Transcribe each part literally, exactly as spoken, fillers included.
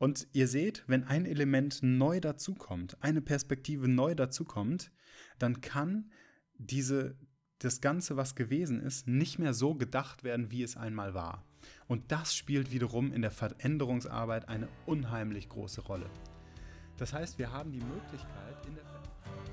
Und ihr seht, wenn ein Element neu dazukommt, eine Perspektive neu dazukommt, dann kann diese, das Ganze, was gewesen ist, nicht mehr so gedacht werden, wie es einmal war. Und das spielt wiederum in der Veränderungsarbeit eine unheimlich große Rolle. Das heißt, wir haben die Möglichkeit in der Ver-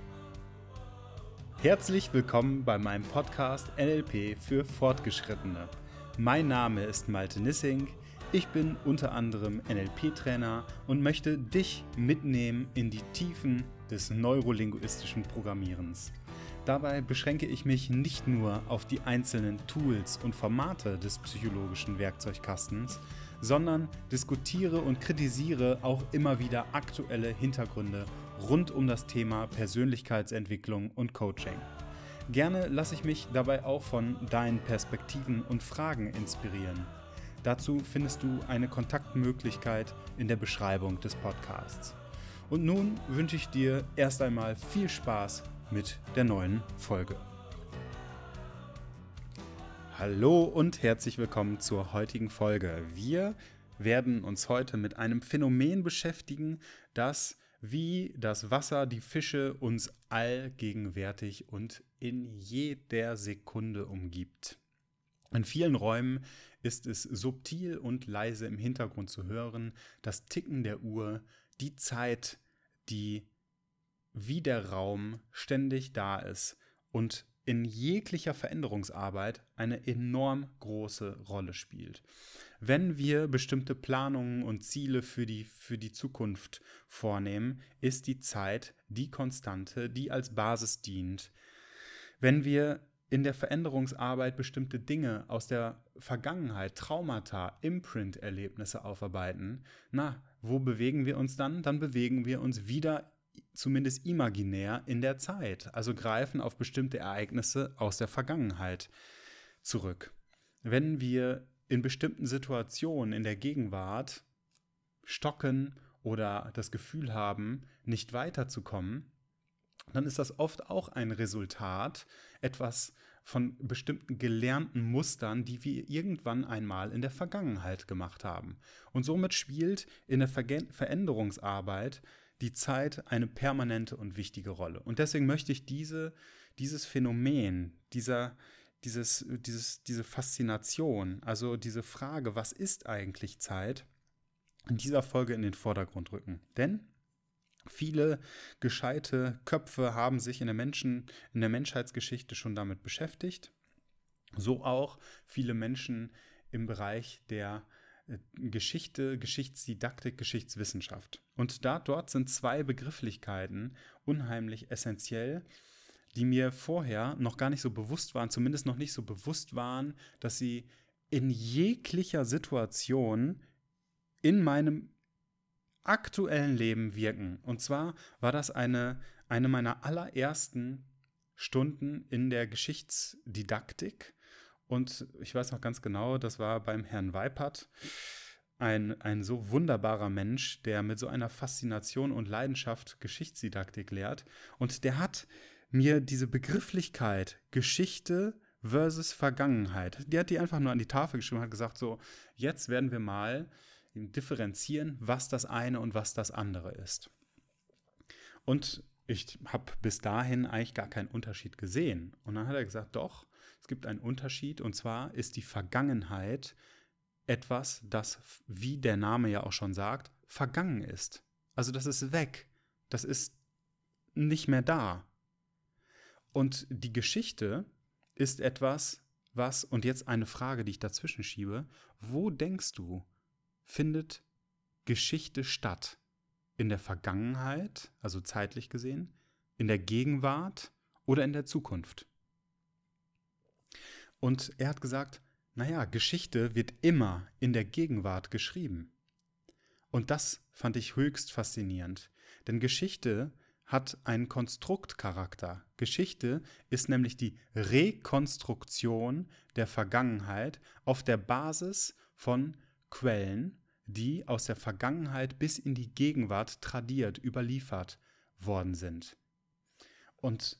Herzlich willkommen bei meinem Podcast N L P für Fortgeschrittene. Mein Name ist Malte Nissing. Ich bin unter anderem N L P-Trainer und möchte dich mitnehmen in die Tiefen des neurolinguistischen Programmierens. Dabei beschränke ich mich nicht nur auf die einzelnen Tools und Formate des psychologischen Werkzeugkastens, sondern diskutiere und kritisiere auch immer wieder aktuelle Hintergründe rund um das Thema Persönlichkeitsentwicklung und Coaching. Gerne lasse ich mich dabei auch von deinen Perspektiven und Fragen inspirieren. Dazu findest du eine Kontaktmöglichkeit in der Beschreibung des Podcasts. Und nun wünsche ich dir erst einmal viel Spaß mit der neuen Folge. Hallo und herzlich willkommen zur heutigen Folge. Wir werden uns heute mit einem Phänomen beschäftigen, das wie das Wasser die Fische uns allgegenwärtig und in jeder Sekunde umgibt. In vielen Räumen ist es subtil und leise im Hintergrund zu hören, das Ticken der Uhr, die Zeit, die wie der Raum ständig da ist und in jeglicher Veränderungsarbeit eine enorm große Rolle spielt. Wenn wir bestimmte Planungen und Ziele für die, für die Zukunft vornehmen, ist die Zeit die Konstante, die als Basis dient. Wenn wir in der Veränderungsarbeit bestimmte Dinge aus der Vergangenheit, Traumata, Imprint-Erlebnisse aufarbeiten, na, wo bewegen wir uns dann? Dann bewegen wir uns wieder, zumindest imaginär, in der Zeit, also greifen auf bestimmte Ereignisse aus der Vergangenheit zurück. Wenn wir in bestimmten Situationen in der Gegenwart stocken oder das Gefühl haben, nicht weiterzukommen, dann ist das oft auch ein Resultat etwas von bestimmten gelernten Mustern, die wir irgendwann einmal in der Vergangenheit gemacht haben. Und somit spielt in der Ver- Veränderungsarbeit die Zeit eine permanente und wichtige Rolle. Und deswegen möchte ich diese, dieses Phänomen, dieser, dieses, dieses, diese Faszination, also diese Frage, was ist eigentlich Zeit, in dieser Folge in den Vordergrund rücken. Denn viele gescheite Köpfe haben sich in der Menschen, in der Menschheitsgeschichte schon damit beschäftigt. So auch viele Menschen im Bereich der Geschichte, Geschichtsdidaktik, Geschichtswissenschaft. Und da dort sind zwei Begrifflichkeiten unheimlich essentiell, die mir vorher noch gar nicht so bewusst waren, zumindest noch nicht so bewusst waren, dass sie in jeglicher Situation in meinem aktuellen Leben wirken. Und zwar war das eine, eine meiner allerersten Stunden in der Geschichtsdidaktik. Und ich weiß noch ganz genau, das war beim Herrn Weipert, ein, ein so wunderbarer Mensch, der mit so einer Faszination und Leidenschaft Geschichtsdidaktik lehrt. Und der hat mir diese Begrifflichkeit Geschichte versus Vergangenheit, die hat die einfach nur an die Tafel geschrieben und hat gesagt, so, jetzt werden wir mal differenzieren, was das eine und was das andere ist. Und ich habe bis dahin eigentlich gar keinen Unterschied gesehen. Und dann hat er gesagt, doch, es gibt einen Unterschied. Und zwar ist die Vergangenheit etwas, das, wie der Name ja auch schon sagt, vergangen ist. Also das ist weg. Das ist nicht mehr da. Und die Geschichte ist etwas, was, und jetzt eine Frage, die ich dazwischen schiebe, wo denkst du, findet Geschichte statt? In der Vergangenheit, also zeitlich gesehen, in der Gegenwart oder in der Zukunft? Und er hat gesagt, naja, Geschichte wird immer in der Gegenwart geschrieben. Und das fand ich höchst faszinierend, denn Geschichte hat einen Konstruktcharakter. Geschichte ist nämlich die Rekonstruktion der Vergangenheit auf der Basis von Quellen, die aus der Vergangenheit bis in die Gegenwart tradiert, überliefert worden sind. Und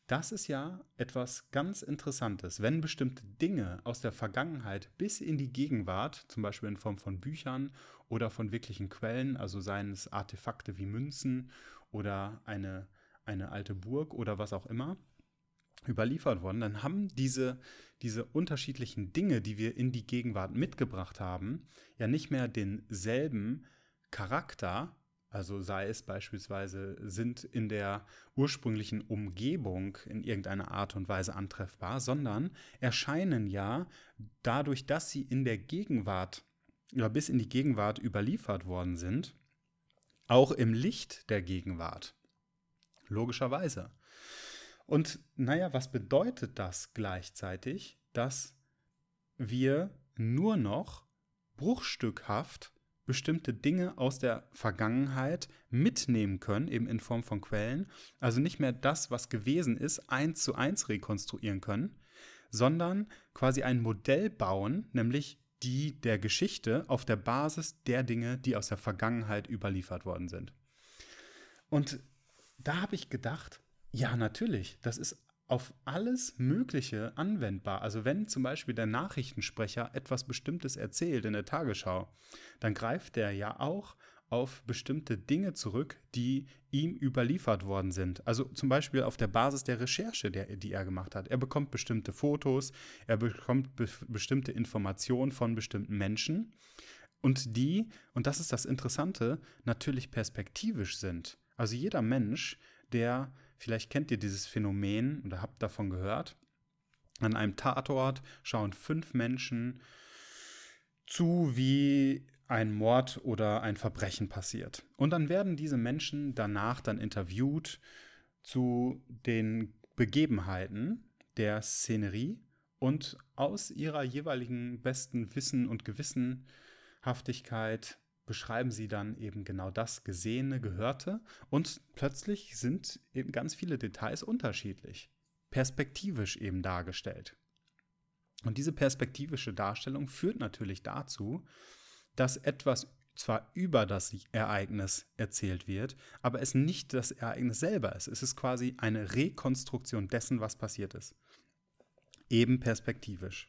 das ist ja etwas ganz Interessantes. Wenn bestimmte Dinge aus der Vergangenheit bis in die Gegenwart, zum Beispiel in Form von Büchern oder von wirklichen Quellen, also seien es Artefakte wie Münzen oder eine, eine alte Burg oder was auch immer, überliefert worden, dann haben diese, diese unterschiedlichen Dinge, die wir in die Gegenwart mitgebracht haben, ja nicht mehr denselben Charakter, also sei es beispielsweise, sind in der ursprünglichen Umgebung in irgendeiner Art und Weise antreffbar, sondern erscheinen ja dadurch, dass sie in der Gegenwart oder bis in die Gegenwart überliefert worden sind, auch im Licht der Gegenwart. Logischerweise. Und naja, was bedeutet das gleichzeitig? Dass wir nur noch bruchstückhaft bestimmte Dinge aus der Vergangenheit mitnehmen können, eben in Form von Quellen. Also nicht mehr das, was gewesen ist, eins zu eins rekonstruieren können, sondern quasi ein Modell bauen, nämlich die der Geschichte auf der Basis der Dinge, die aus der Vergangenheit überliefert worden sind. Und da habe ich gedacht, ja, natürlich, das ist auf alles Mögliche anwendbar. Also wenn zum Beispiel der Nachrichtensprecher etwas Bestimmtes erzählt in der Tagesschau, dann greift der ja auch auf bestimmte Dinge zurück, die ihm überliefert worden sind. Also zum Beispiel auf der Basis der Recherche, der, die er gemacht hat. Er bekommt bestimmte Fotos, er bekommt be- bestimmte Informationen von bestimmten Menschen und die, und das ist das Interessante, natürlich perspektivisch sind. Also jeder Mensch, der, vielleicht kennt ihr dieses Phänomen oder habt davon gehört, an einem Tatort schauen fünf Menschen zu, wie ein Mord oder ein Verbrechen passiert. Und dann werden diese Menschen danach dann interviewt zu den Begebenheiten der Szenerie und aus ihrer jeweiligen besten Wissen und Gewissenhaftigkeit beschreiben sie dann eben genau das Gesehene, Gehörte und plötzlich sind eben ganz viele Details unterschiedlich, perspektivisch eben dargestellt. Und diese perspektivische Darstellung führt natürlich dazu, dass etwas zwar über das Ereignis erzählt wird, aber es nicht das Ereignis selber ist. Es ist quasi eine Rekonstruktion dessen, was passiert ist. Eben perspektivisch.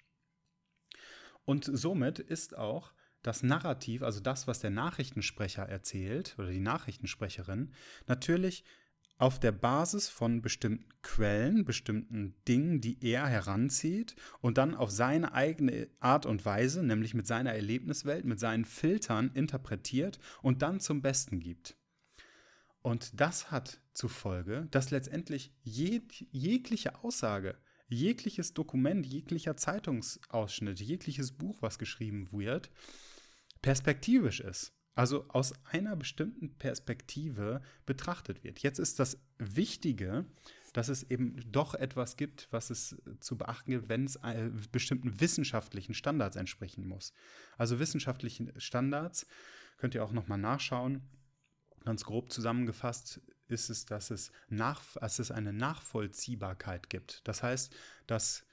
Und somit ist auch das Narrativ, also das, was der Nachrichtensprecher erzählt oder die Nachrichtensprecherin, natürlich auf der Basis von bestimmten Quellen, bestimmten Dingen, die er heranzieht und dann auf seine eigene Art und Weise, nämlich mit seiner Erlebniswelt, mit seinen Filtern interpretiert und dann zum Besten gibt. Und das hat zur Folge, dass letztendlich jeg- jegliche Aussage, jegliches Dokument, jeglicher Zeitungsausschnitt, jegliches Buch, was geschrieben wird, perspektivisch ist. Also aus einer bestimmten Perspektive betrachtet wird. Jetzt ist das Wichtige, dass es eben doch etwas gibt, was es zu beachten gibt, wenn es bestimmten wissenschaftlichen Standards entsprechen muss. Also wissenschaftlichen Standards, könnt ihr auch nochmal nachschauen. Ganz grob zusammengefasst ist es, dass es, nach, dass es eine Nachvollziehbarkeit gibt. Das heißt, dass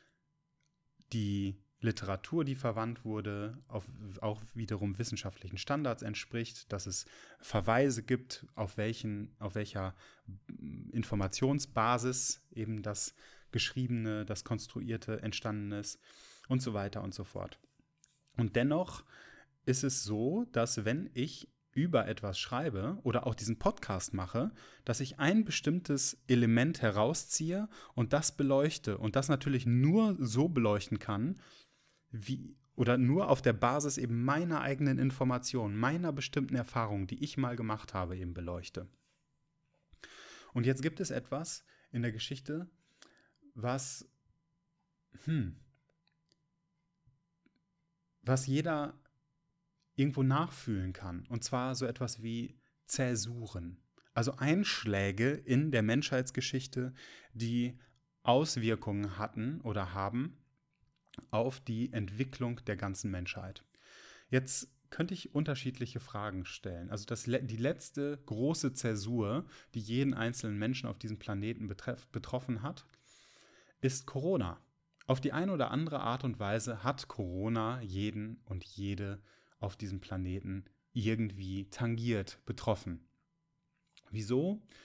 die Literatur, die verwandt wurde, auf, auch wiederum wissenschaftlichen Standards entspricht, dass es Verweise gibt, auf, welchen, auf welcher Informationsbasis eben das Geschriebene, das Konstruierte entstanden ist und so weiter und so fort. Und dennoch ist es so, dass wenn ich über etwas schreibe oder auch diesen Podcast mache, dass ich ein bestimmtes Element herausziehe und das beleuchte und das natürlich nur so beleuchten kann, wie, oder nur auf der Basis eben meiner eigenen Informationen, meiner bestimmten Erfahrung, die ich mal gemacht habe, eben beleuchte. Und jetzt gibt es etwas in der Geschichte, was, hm, was jeder irgendwo nachfühlen kann. Und zwar so etwas wie Zäsuren. Also Einschläge in der Menschheitsgeschichte, die Auswirkungen hatten oder haben auf die Entwicklung der ganzen Menschheit. Jetzt könnte ich unterschiedliche Fragen stellen. Also das, die letzte große Zäsur, die jeden einzelnen Menschen auf diesem Planeten betreff, betroffen hat, ist Corona. Auf die eine oder andere Art und Weise hat Corona jeden und jede auf diesem Planeten irgendwie tangiert, betroffen. Wieso?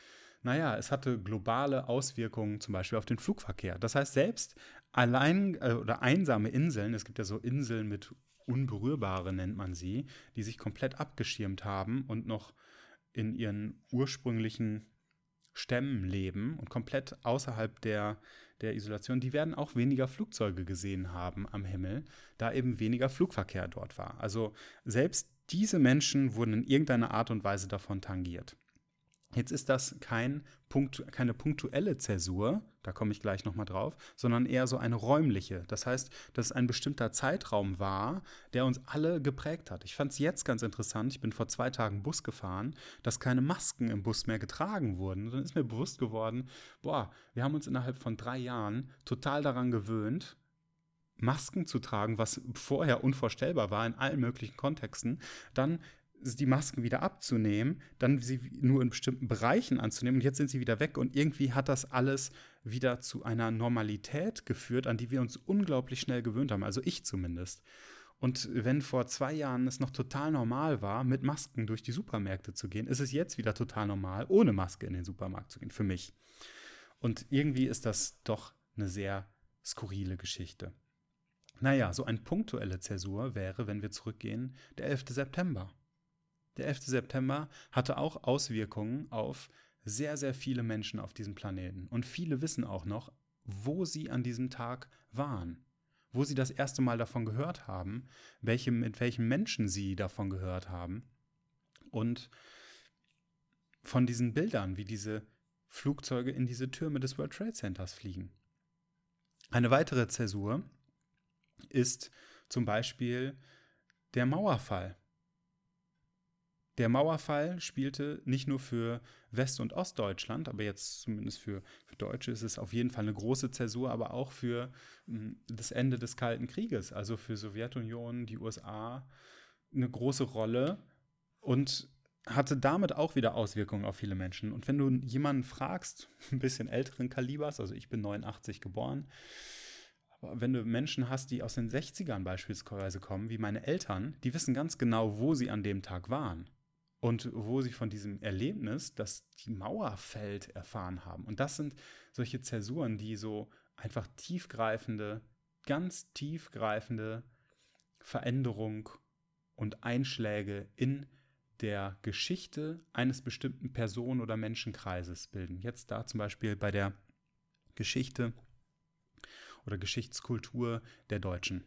Naja, es hatte globale Auswirkungen zum Beispiel auf den Flugverkehr. Das heißt, selbst allein äh, oder einsame Inseln, es gibt ja so Inseln mit Unberührbare, nennt man sie, die sich komplett abgeschirmt haben und noch in ihren ursprünglichen Stämmen leben und komplett außerhalb der, der Isolation, die werden auch weniger Flugzeuge gesehen haben am Himmel, da eben weniger Flugverkehr dort war. Also selbst diese Menschen wurden in irgendeiner Art und Weise davon tangiert. Jetzt ist das kein Punkt, keine punktuelle Zäsur, da komme ich gleich nochmal drauf, sondern eher so eine räumliche. Das heißt, dass es ein bestimmter Zeitraum war, der uns alle geprägt hat. Ich fand es jetzt ganz interessant, ich bin vor zwei Tagen Bus gefahren, dass keine Masken im Bus mehr getragen wurden. Und dann ist mir bewusst geworden, boah, wir haben uns innerhalb von drei Jahren total daran gewöhnt, Masken zu tragen, was vorher unvorstellbar war in allen möglichen Kontexten. Dann die Masken wieder abzunehmen, dann sie nur in bestimmten Bereichen anzunehmen und jetzt sind sie wieder weg und irgendwie hat das alles wieder zu einer Normalität geführt, an die wir uns unglaublich schnell gewöhnt haben, also ich zumindest. Und wenn vor zwei Jahren es noch total normal war, mit Masken durch die Supermärkte zu gehen, ist es jetzt wieder total normal, ohne Maske in den Supermarkt zu gehen, für mich. Und irgendwie ist das doch eine sehr skurrile Geschichte. Naja, so eine punktuelle Zäsur wäre, wenn wir zurückgehen, der elfte September. Der elfte September hatte auch Auswirkungen auf sehr, sehr viele Menschen auf diesem Planeten. Und viele wissen auch noch, wo sie an diesem Tag waren, wo sie das erste Mal davon gehört haben, welche, mit welchen Menschen sie davon gehört haben und von diesen Bildern, wie diese Flugzeuge in diese Türme des World Trade Centers fliegen. Eine weitere Zäsur ist zum Beispiel der Mauerfall. Der Mauerfall spielte nicht nur für West- und Ostdeutschland, aber jetzt zumindest für, für Deutsche ist es auf jeden Fall eine große Zäsur, aber auch für mh, das Ende des Kalten Krieges, also für Sowjetunion, die U S A, eine große Rolle und hatte damit auch wieder Auswirkungen auf viele Menschen. Und wenn du jemanden fragst, ein bisschen älteren Kalibers, also ich bin neunundachtzig geboren, aber wenn du Menschen hast, die aus den sechzigern beispielsweise kommen, wie meine Eltern, die wissen ganz genau, wo sie an dem Tag waren. Und wo sie von diesem Erlebnis, dass die Mauer fällt, erfahren haben. Und das sind solche Zäsuren, die so einfach tiefgreifende, ganz tiefgreifende Veränderung und Einschläge in der Geschichte eines bestimmten Personen- oder Menschenkreises bilden. Jetzt da zum Beispiel bei der Geschichte oder Geschichtskultur der Deutschen.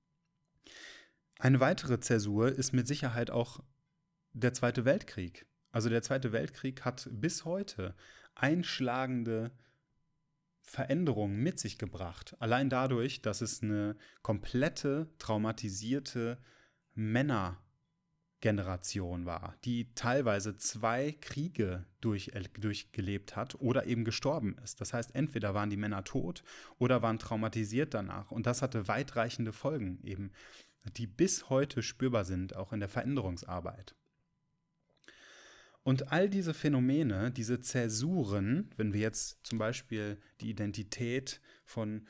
Eine weitere Zäsur ist mit Sicherheit auch der Zweite Weltkrieg. Also der Zweite Weltkrieg hat bis heute einschlagende Veränderungen mit sich gebracht. Allein dadurch, dass es eine komplette traumatisierte Männergeneration war, die teilweise zwei Kriege durch, durchgelebt hat oder eben gestorben ist. Das heißt, entweder waren die Männer tot oder waren traumatisiert danach. Und das hatte weitreichende Folgen eben, die bis heute spürbar sind, auch in der Veränderungsarbeit. Und all diese Phänomene, diese Zäsuren, wenn wir jetzt zum Beispiel die Identität von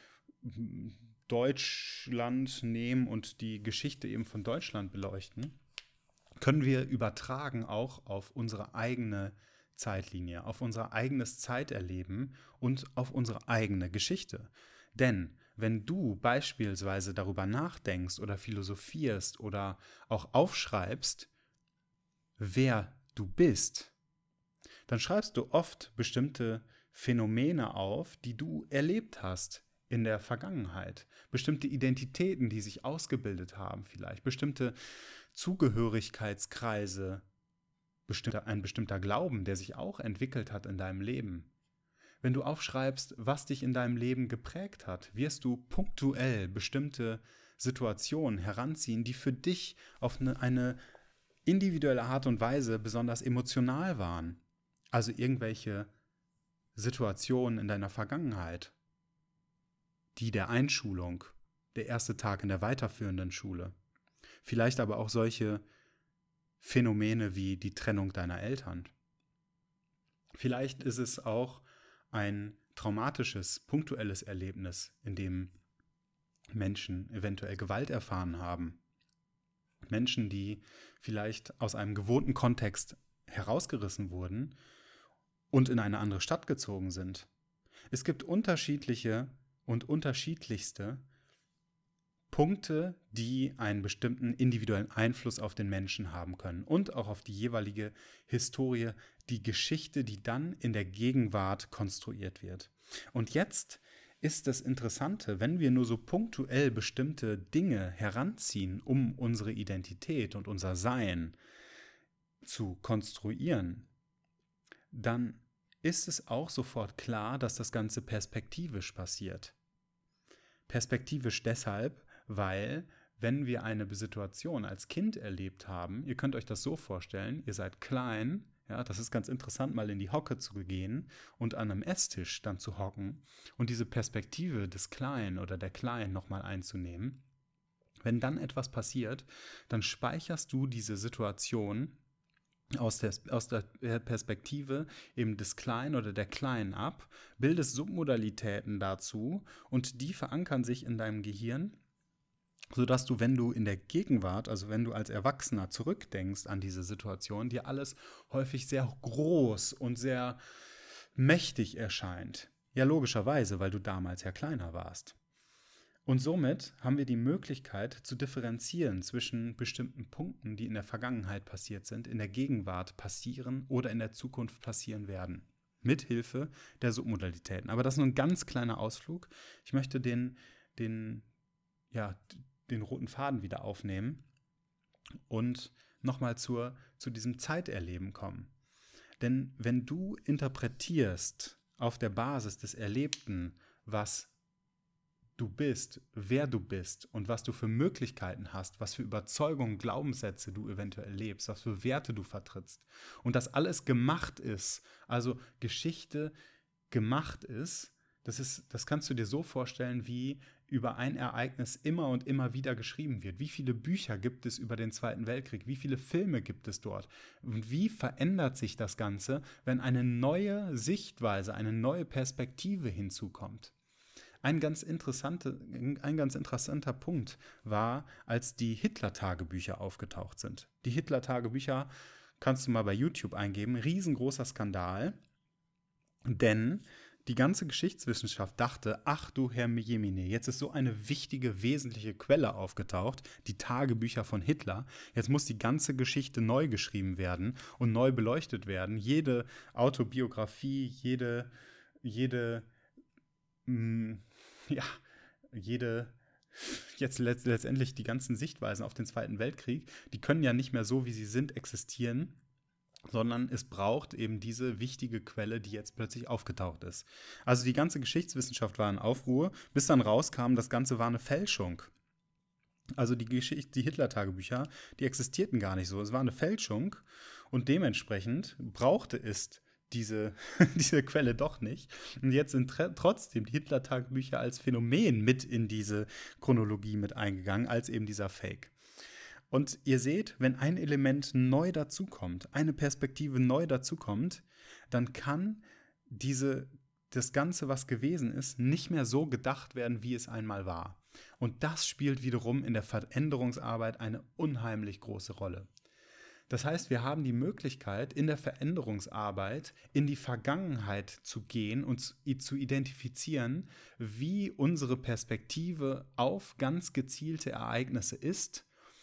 Deutschland nehmen und die Geschichte eben von Deutschland beleuchten, können wir übertragen auch auf unsere eigene Zeitlinie, auf unser eigenes Zeiterleben und auf unsere eigene Geschichte. Denn wenn du beispielsweise darüber nachdenkst oder philosophierst oder auch aufschreibst, wer du bist, dann schreibst du oft bestimmte Phänomene auf, die du erlebt hast in der Vergangenheit. Bestimmte Identitäten, die sich ausgebildet haben vielleicht. Bestimmte Zugehörigkeitskreise. Bestimmter, ein bestimmter Glauben, der sich auch entwickelt hat in deinem Leben. Wenn du aufschreibst, was dich in deinem Leben geprägt hat, wirst du punktuell bestimmte Situationen heranziehen, die für dich auf eine, eine individuelle Art und Weise besonders emotional waren. Also irgendwelche Situationen in deiner Vergangenheit. Die der Einschulung, der erste Tag in der weiterführenden Schule. Vielleicht aber auch solche Phänomene wie die Trennung deiner Eltern. Vielleicht ist es auch ein traumatisches, punktuelles Erlebnis, in dem Menschen eventuell Gewalt erfahren haben. Menschen, die vielleicht aus einem gewohnten Kontext herausgerissen wurden und in eine andere Stadt gezogen sind. Es gibt unterschiedliche und unterschiedlichste Punkte, die einen bestimmten individuellen Einfluss auf den Menschen haben können und auch auf die jeweilige Historie, die Geschichte, die dann in der Gegenwart konstruiert wird. Und jetzt ist das Interessante, wenn wir nur so punktuell bestimmte Dinge heranziehen, um unsere Identität und unser Sein zu konstruieren, dann ist es auch sofort klar, dass das Ganze perspektivisch passiert. Perspektivisch deshalb, weil, wenn wir eine Situation als Kind erlebt haben, ihr könnt euch das so vorstellen, ihr seid klein, ja, das ist ganz interessant, mal in die Hocke zu gehen und an einem Esstisch dann zu hocken und diese Perspektive des Kleinen oder der Kleinen nochmal einzunehmen. Wenn dann etwas passiert, dann speicherst du diese Situation aus der, aus der Perspektive eben des Kleinen oder der Kleinen ab, bildest Submodalitäten dazu und die verankern sich in deinem Gehirn, sodass du, wenn du in der Gegenwart, also wenn du als Erwachsener zurückdenkst an diese Situation, dir alles häufig sehr groß und sehr mächtig erscheint. Ja, logischerweise, weil du damals ja kleiner warst. Und somit haben wir die Möglichkeit zu differenzieren zwischen bestimmten Punkten, die in der Vergangenheit passiert sind, in der Gegenwart passieren oder in der Zukunft passieren werden. Mithilfe der Submodalitäten. Aber das ist nur ein ganz kleiner Ausflug. Ich möchte den, den, ja, den roten Faden wieder aufnehmen und nochmal zur, zu diesem Zeiterleben kommen. Denn wenn du interpretierst auf der Basis des Erlebten, was du bist, wer du bist und was du für Möglichkeiten hast, was für Überzeugungen, Glaubenssätze du eventuell lebst, was für Werte du vertrittst und das alles gemacht ist, also Geschichte gemacht ist, das ist, das kannst du dir so vorstellen, wie über ein Ereignis immer und immer wieder geschrieben wird. Wie viele Bücher gibt es über den Zweiten Weltkrieg? Wie viele Filme gibt es dort? Und wie verändert sich das Ganze, wenn eine neue Sichtweise, eine neue Perspektive hinzukommt? Ein ganz, interessante, ein ganz interessanter Punkt war, als die Hitler-Tagebücher aufgetaucht sind. Die Hitler-Tagebücher kannst du mal bei YouTube eingeben. Riesengroßer Skandal, denn die ganze Geschichtswissenschaft dachte, ach du Herr Jemine, jetzt ist so eine wichtige, wesentliche Quelle aufgetaucht, die Tagebücher von Hitler. Jetzt muss die ganze Geschichte neu geschrieben werden und neu beleuchtet werden. Jede Autobiografie, jede, jede ja, jede, jetzt letztendlich die ganzen Sichtweisen auf den Zweiten Weltkrieg, die können ja nicht mehr so, wie sie sind, existieren, sondern es braucht eben diese wichtige Quelle, die jetzt plötzlich aufgetaucht ist. Also die ganze Geschichtswissenschaft war in Aufruhr, bis dann rauskam, das Ganze war eine Fälschung. Also die, Geschichte, die Hitler-Tagebücher, die existierten gar nicht so. Es war eine Fälschung und dementsprechend brauchte es Diese, diese Quelle doch nicht. Und jetzt sind tr- trotzdem die Hitler-Tagebücher als Phänomen mit in diese Chronologie mit eingegangen, als eben dieser Fake. Und ihr seht, wenn ein Element neu dazukommt, eine Perspektive neu dazukommt, dann kann diese, das Ganze, was gewesen ist, nicht mehr so gedacht werden, wie es einmal war. Und das spielt wiederum in der Veränderungsarbeit eine unheimlich große Rolle. Das heißt, wir haben die Möglichkeit, in der Veränderungsarbeit in die Vergangenheit zu gehen und zu identifizieren, wie unsere Perspektive auf ganz gezielte Ereignisse ist,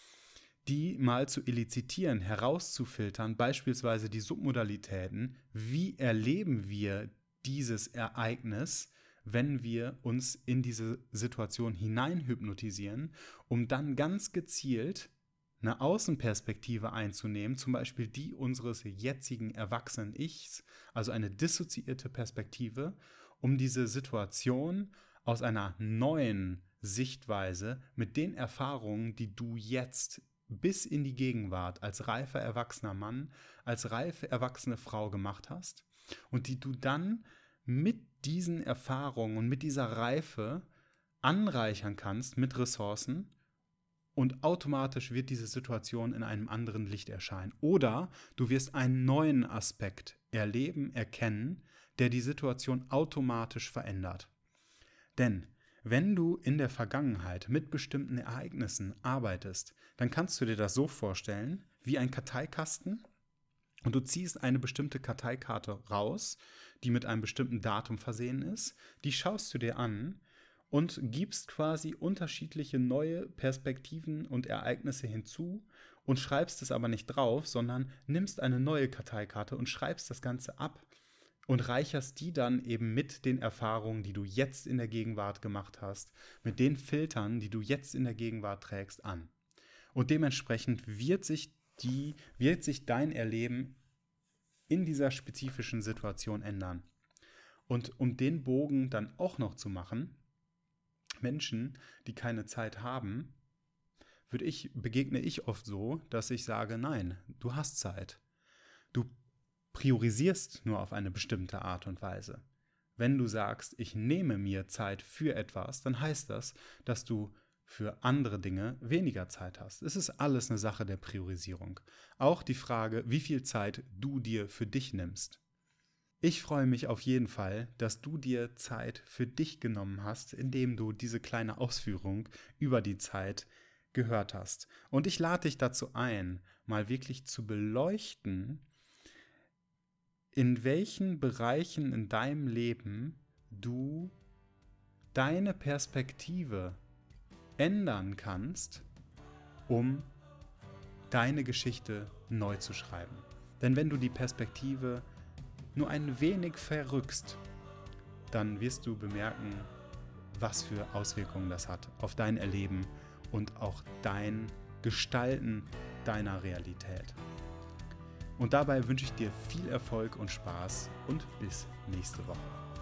die mal zu elizitieren, herauszufiltern, beispielsweise die Submodalitäten. Wie erleben wir dieses Ereignis, wenn wir uns in diese Situation hineinhypnotisieren, um dann ganz gezielt eine Außenperspektive einzunehmen, zum Beispiel die unseres jetzigen erwachsenen Ichs, also eine dissoziierte Perspektive, um diese Situation aus einer neuen Sichtweise mit den Erfahrungen, die du jetzt bis in die Gegenwart als reifer erwachsener Mann, als reife erwachsene Frau gemacht hast und die du dann mit diesen Erfahrungen und mit dieser Reife anreichern kannst mit Ressourcen. Und automatisch wird diese Situation in einem anderen Licht erscheinen. Oder du wirst einen neuen Aspekt erleben, erkennen, der die Situation automatisch verändert. Denn wenn du in der Vergangenheit mit bestimmten Ereignissen arbeitest, dann kannst du dir das so vorstellen, wie ein Karteikasten. Und du ziehst eine bestimmte Karteikarte raus, die mit einem bestimmten Datum versehen ist. Die schaust du dir an und gibst quasi unterschiedliche neue Perspektiven und Ereignisse hinzu und schreibst es aber nicht drauf, sondern nimmst eine neue Karteikarte und schreibst das Ganze ab und reicherst die dann eben mit den Erfahrungen, die du jetzt in der Gegenwart gemacht hast, mit den Filtern, die du jetzt in der Gegenwart trägst, an. Und dementsprechend wird sich die, wird sich dein Erleben in dieser spezifischen Situation ändern. Und um den Bogen dann auch noch zu machen, Menschen, die keine Zeit haben, würde ich, begegne ich oft so, dass ich sage, nein, du hast Zeit. Du priorisierst nur auf eine bestimmte Art und Weise. Wenn du sagst, ich nehme mir Zeit für etwas, dann heißt das, dass du für andere Dinge weniger Zeit hast. Es ist alles eine Sache der Priorisierung. Auch die Frage, wie viel Zeit du dir für dich nimmst. Ich freue mich auf jeden Fall, dass du dir Zeit für dich genommen hast, indem du diese kleine Ausführung über die Zeit gehört hast. Und ich lade dich dazu ein, mal wirklich zu beleuchten, in welchen Bereichen in deinem Leben du deine Perspektive ändern kannst, um deine Geschichte neu zu schreiben. Denn wenn du die Perspektive nur ein wenig verrückst, dann wirst du bemerken, was für Auswirkungen das hat auf dein Erleben und auch dein Gestalten deiner Realität. Und dabei wünsche ich dir viel Erfolg und Spaß und bis nächste Woche.